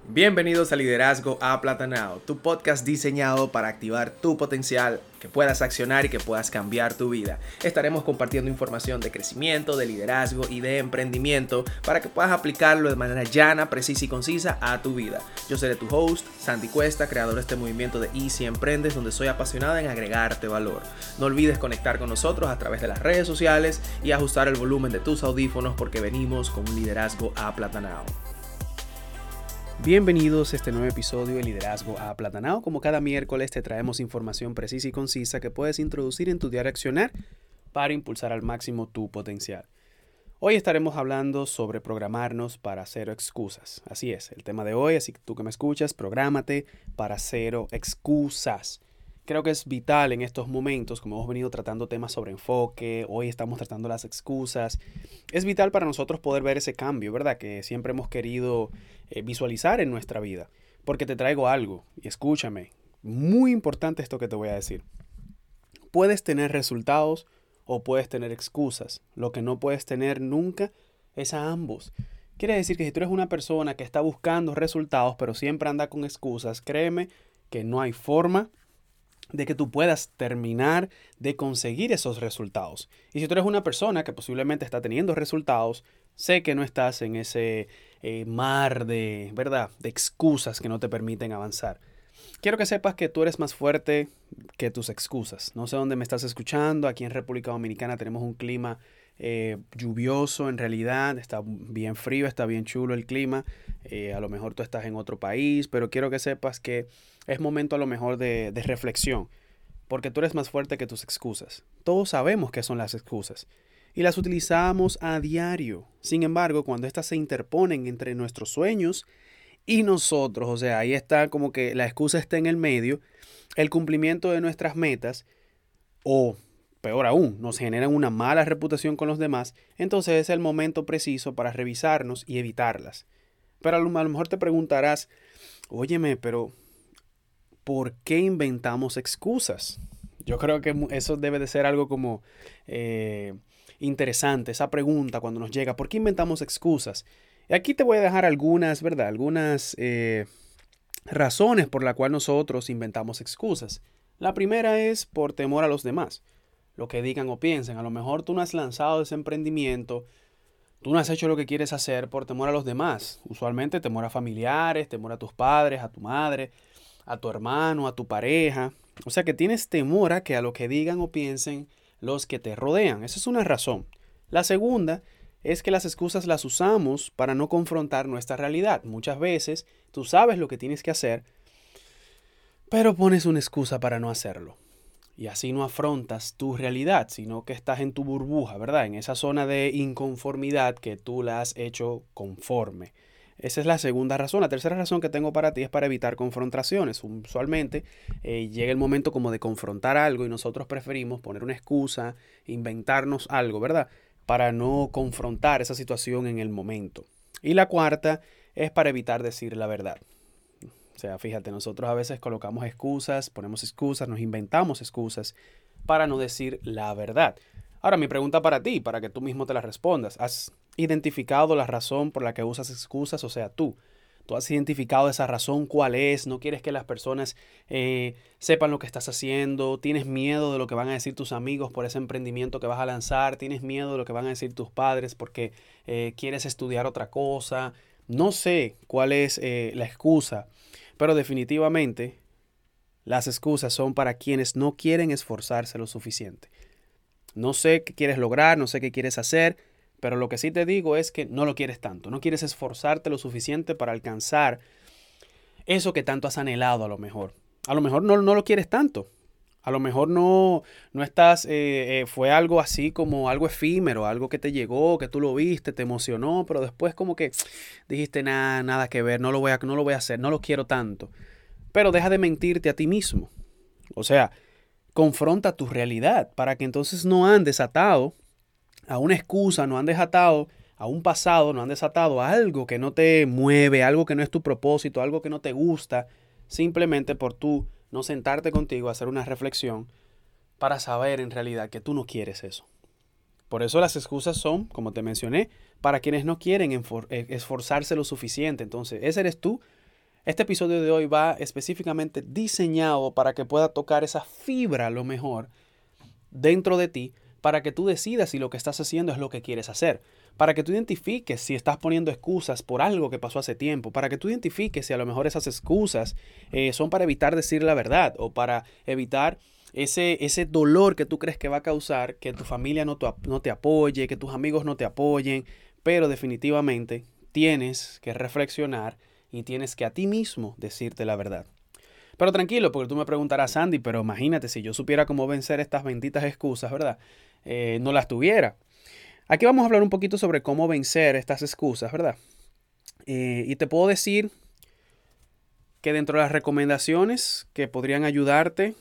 Bienvenidos a Liderazgo Aplatanado, tu podcast diseñado para activar tu potencial, que puedas accionar y que puedas cambiar tu vida. Estaremos compartiendo información de crecimiento, de liderazgo y de emprendimiento para que puedas aplicarlo de manera llana, precisa y concisa a tu vida. Yo seré tu host, Sandy Cuesta, creador de este movimiento de Easy Emprendes, donde soy apasionada en agregarte valor. No olvides conectar con nosotros a través de las redes sociales y ajustar el volumen de tus audífonos porque venimos con un liderazgo aplatanado. Bienvenidos a este nuevo episodio de Liderazgo Aplatanado. Como cada miércoles te traemos información precisa y concisa que puedes introducir en tu diario accionar para impulsar al máximo tu potencial. Hoy estaremos hablando sobre programarnos para cero excusas. Así es, el tema de hoy, así que tú que me escuchas, prográmate para cero excusas. Creo que es vital en estos momentos, como hemos venido tratando temas sobre enfoque, hoy estamos tratando las excusas. Es vital para nosotros poder ver ese cambio, ¿verdad? Que siempre hemos querido visualizar en nuestra vida. Porque te traigo algo, y escúchame, muy importante esto que te voy a decir. Puedes tener resultados o puedes tener excusas. Lo que no puedes tener nunca es a ambos. Quiere decir que si tú eres una persona que está buscando resultados, pero siempre anda con excusas, créeme que no hay forma de que tú puedas terminar de conseguir esos resultados. Y si tú eres una persona que posiblemente está teniendo resultados, sé que no estás en ese mar de, ¿verdad?, de excusas que no te permiten avanzar. Quiero que sepas que tú eres más fuerte que tus excusas. No sé dónde me estás escuchando. Aquí en República Dominicana tenemos un clima lluvioso en realidad. Está bien frío, está bien chulo el clima. A lo mejor tú estás en otro país, pero quiero que sepas que es momento a lo mejor de reflexión. Porque tú eres más fuerte que tus excusas. Todos sabemos qué son las excusas. Y las utilizamos a diario. Sin embargo, cuando éstas se interponen entre nuestros sueños y nosotros, o sea, ahí está como que la excusa está en el medio, el cumplimiento de nuestras metas, o peor aún, nos generan una mala reputación con los demás, entonces es el momento preciso para revisarnos y evitarlas. Pero a lo mejor te preguntarás, óyeme, pero ¿por qué inventamos excusas? Yo creo que eso debe de ser algo como interesante, esa pregunta cuando nos llega, ¿por qué inventamos excusas? Y aquí te voy a dejar algunas, ¿verdad? Algunas razones por las cuales nosotros inventamos excusas. La primera es por temor a los demás, lo que digan o piensen. A lo mejor tú no has lanzado ese emprendimiento, tú no has hecho lo que quieres hacer por temor a los demás. Usualmente temor a familiares, temor a tus padres, a tu madre, a tu hermano, a tu pareja. O sea que tienes temor a que a lo que digan o piensen los que te rodean. Esa es una razón. La segunda es que las excusas las usamos para no confrontar nuestra realidad. Muchas veces tú sabes lo que tienes que hacer, pero pones una excusa para no hacerlo. Y así no afrontas tu realidad, sino que estás en tu burbuja, ¿verdad? En esa zona de inconformidad que tú la has hecho conforme. Esa es la segunda razón. La tercera razón que tengo para ti es para evitar confrontaciones. Usualmente llega el momento como de confrontar algo y nosotros preferimos poner una excusa, inventarnos algo, ¿verdad?, para no confrontar esa situación en el momento. Y la cuarta es para evitar decir la verdad. O sea, fíjate, nosotros a veces colocamos excusas, ponemos excusas, nos inventamos excusas para no decir la verdad. Ahora, mi pregunta para ti, para que tú mismo te la respondas. ¿Has identificado la razón por la que usas excusas? O sea, tú has identificado esa razón, ¿cuál es? ¿No quieres que las personas sepan lo que estás haciendo? ¿Tienes miedo de lo que van a decir tus amigos por ese emprendimiento que vas a lanzar? ¿Tienes miedo de lo que van a decir tus padres porque quieres estudiar otra cosa? No sé cuál es la excusa, pero definitivamente las excusas son para quienes no quieren esforzarse lo suficiente. No sé qué quieres lograr, no sé qué quieres hacer, pero lo que sí te digo es que no lo quieres tanto, no quieres esforzarte lo suficiente para alcanzar eso que tanto has anhelado a lo mejor. A lo mejor no lo quieres tanto. A lo mejor no estás, fue algo así como algo efímero, algo que te llegó, que tú lo viste, te emocionó, pero después como que dijiste nada que ver, no lo voy a hacer, no lo quiero tanto. Pero deja de mentirte a ti mismo. O sea, confronta tu realidad para que entonces no andes atado a una excusa, no andes atado a un pasado, no andes atado a algo que no te mueve, algo que no es tu propósito, algo que no te gusta, simplemente por tú no sentarte contigo a hacer una reflexión para saber en realidad que tú no quieres eso. Por eso las excusas son, como te mencioné, para quienes no quieren esforzarse lo suficiente. Entonces, ese eres tú Este episodio de hoy va específicamente diseñado para que pueda tocar esa fibra a lo mejor dentro de ti, para que tú decidas si lo que estás haciendo es lo que quieres hacer, para que tú identifiques si estás poniendo excusas por algo que pasó hace tiempo, para que tú identifiques si a lo mejor esas excusas son para evitar decir la verdad o para evitar ese dolor que tú crees que va a causar que tu familia no te apoye, que tus amigos no te apoyen, pero definitivamente tienes que reflexionar y tienes que a ti mismo decirte la verdad. Pero tranquilo, porque tú me preguntarás, Sandy, pero imagínate, si yo supiera cómo vencer estas benditas excusas, ¿verdad? No las tuviera. Aquí vamos a hablar un poquito sobre cómo vencer estas excusas, ¿verdad? Y te puedo decir que dentro de las recomendaciones que podrían ayudarte,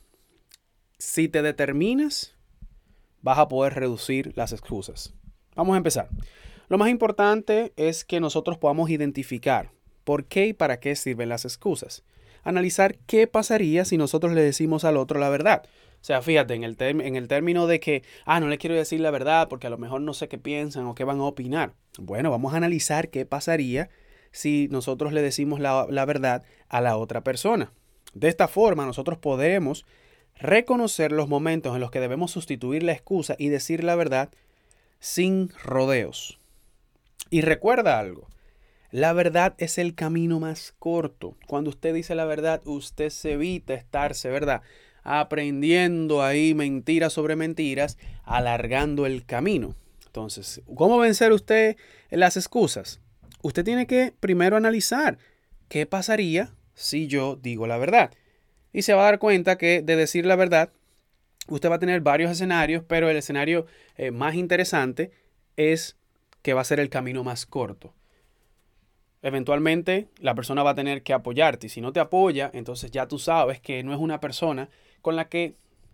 si te determinas, vas a poder reducir las excusas. Vamos a empezar. Lo más importante es que nosotros podamos identificar por qué y para qué sirven las excusas. Analizar qué pasaría si nosotros le decimos al otro la verdad. O sea, fíjate, en el término de que, no le quiero decir la verdad porque a lo mejor no sé qué piensan o qué van a opinar. Bueno, vamos a analizar qué pasaría si nosotros le decimos la verdad a la otra persona. De esta forma, nosotros podremos reconocer los momentos en los que debemos sustituir la excusa y decir la verdad sin rodeos. Y recuerda algo. La verdad es el camino más corto. Cuando usted dice la verdad, usted se evita estarse, ¿verdad?, aprendiendo ahí mentiras sobre mentiras, alargando el camino. Entonces, ¿cómo vencer usted las excusas? Usted tiene que primero analizar qué pasaría si yo digo la verdad. Y se va a dar cuenta que de decir la verdad, usted va a tener varios escenarios, pero el escenario más interesante es que va a ser el camino más corto. Eventualmente la persona va a tener que apoyarte y si no te apoya, entonces ya tú sabes que no es una persona con la que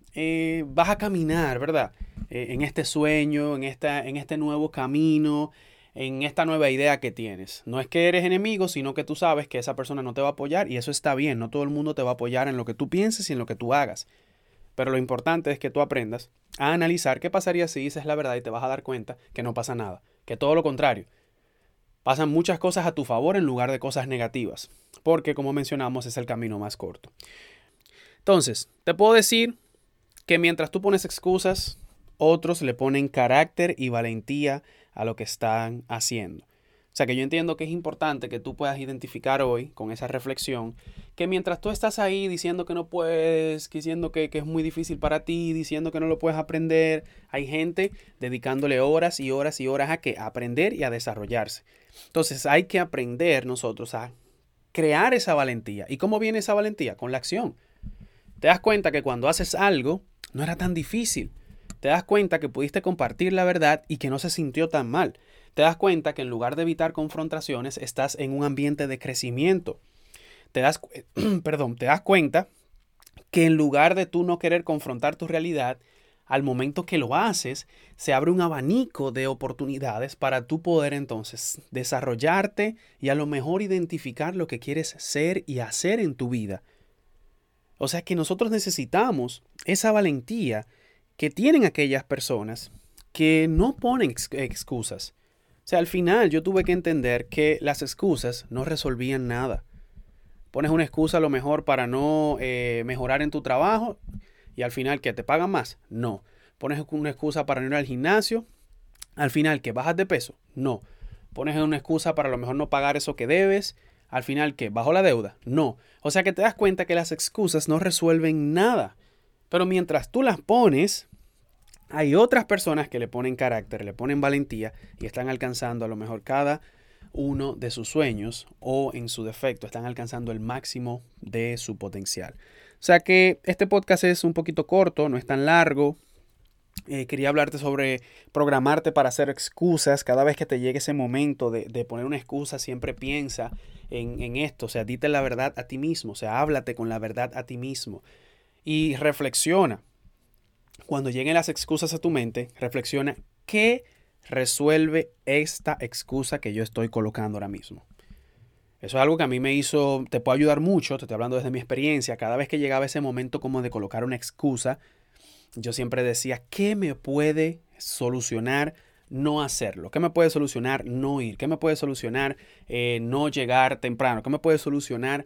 vas a caminar, ¿verdad? En este sueño, en este nuevo camino, en esta nueva idea que tienes. No es que eres enemigo, sino que tú sabes que esa persona no te va a apoyar y eso está bien. No todo el mundo te va a apoyar en lo que tú pienses y en lo que tú hagas. Pero lo importante es que tú aprendas a analizar qué pasaría si dices la verdad y te vas a dar cuenta que no pasa nada, que todo lo contrario. Pasan muchas cosas a tu favor en lugar de cosas negativas, porque como mencionamos es el camino más corto. Entonces, te puedo decir que mientras tú pones excusas, otros le ponen carácter y valentía a lo que están haciendo. O sea que yo entiendo que es importante que tú puedas identificar hoy con esa reflexión que mientras tú estás ahí diciendo que no puedes, diciendo que es muy difícil para ti, diciendo que no lo puedes aprender, hay gente dedicándole horas y horas y horas a aprender y a desarrollarse. Entonces hay que aprender nosotros a crear esa valentía. ¿Y cómo viene esa valentía? Con la acción. Te das cuenta que cuando haces algo no era tan difícil. Te das cuenta que pudiste compartir la verdad y que no se sintió tan mal. Te das cuenta que en lugar de evitar confrontaciones, estás en un ambiente de crecimiento. Te das cuenta que en lugar de tú no querer confrontar tu realidad, al momento que lo haces, se abre un abanico de oportunidades para tú poder entonces desarrollarte y a lo mejor identificar lo que quieres ser y hacer en tu vida. O sea que nosotros necesitamos esa valentía que tienen aquellas personas que no ponen excusas. O sea, al final yo tuve que entender que las excusas no resolvían nada. Pones una excusa a lo mejor para no mejorar en tu trabajo y al final que te pagan más. No. Pones una excusa para no ir al gimnasio. Al final que bajas de peso. No. Pones una excusa para a lo mejor no pagar eso que debes. Al final que bajo la deuda. No. O sea que te das cuenta que las excusas no resuelven nada. Pero mientras tú las pones, hay otras personas que le ponen carácter, le ponen valentía y están alcanzando a lo mejor cada uno de sus sueños o en su defecto están alcanzando el máximo de su potencial. O sea que este podcast es un poquito corto, no es tan largo. Quería hablarte sobre programarte para hacer excusas. Cada vez que te llegue ese momento de poner una excusa, siempre piensa en esto. O sea, dite la verdad a ti mismo. O sea, háblate con la verdad a ti mismo. Y reflexiona. Cuando lleguen las excusas a tu mente, reflexiona qué resuelve esta excusa que yo estoy colocando ahora mismo. Eso es algo que a mí me hizo, te puede ayudar mucho, te estoy hablando desde mi experiencia. Cada vez que llegaba ese momento como de colocar una excusa, yo siempre decía, ¿qué me puede solucionar no hacerlo? ¿Qué me puede solucionar no ir? ¿Qué me puede solucionar no llegar temprano? ¿Qué me puede solucionar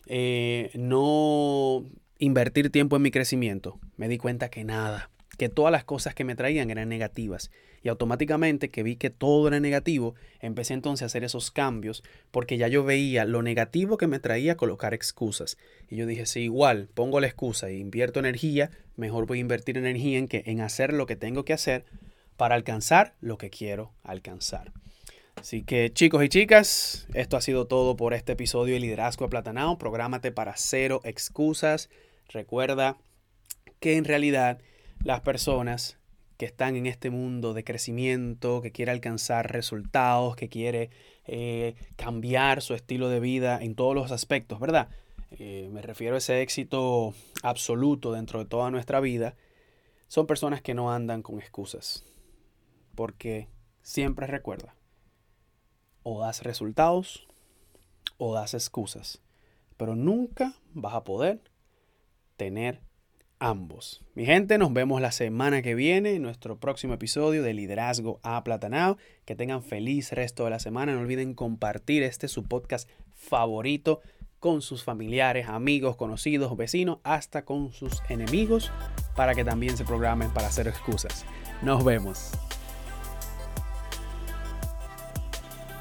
no invertir tiempo en mi crecimiento? Me di cuenta que nada, que todas las cosas que me traían eran negativas. Y automáticamente que vi que todo era negativo, empecé entonces a hacer esos cambios porque ya yo veía lo negativo que me traía colocar excusas. Y yo dije, si igual pongo la excusa e invierto energía, mejor voy a invertir energía en hacer lo que tengo que hacer para alcanzar lo que quiero alcanzar. Así que chicos y chicas, esto ha sido todo por este episodio de Liderazgo Aplatanado. Prográmate para cero excusas. Recuerda que en realidad las personas que están en este mundo de crecimiento, que quiere alcanzar resultados, que quiere cambiar su estilo de vida en todos los aspectos, ¿verdad? Me refiero a ese éxito absoluto dentro de toda nuestra vida. Son personas que no andan con excusas. Porque siempre recuerda, o das resultados o das excusas. Pero nunca vas a poder tener ambos. Mi gente, nos vemos la semana que viene en nuestro próximo episodio de Liderazgo Aplatanado. Que tengan feliz resto de la semana. No olviden compartir su podcast favorito con sus familiares, amigos, conocidos, vecinos, hasta con sus enemigos, para que también se programen para hacer excusas. Nos vemos.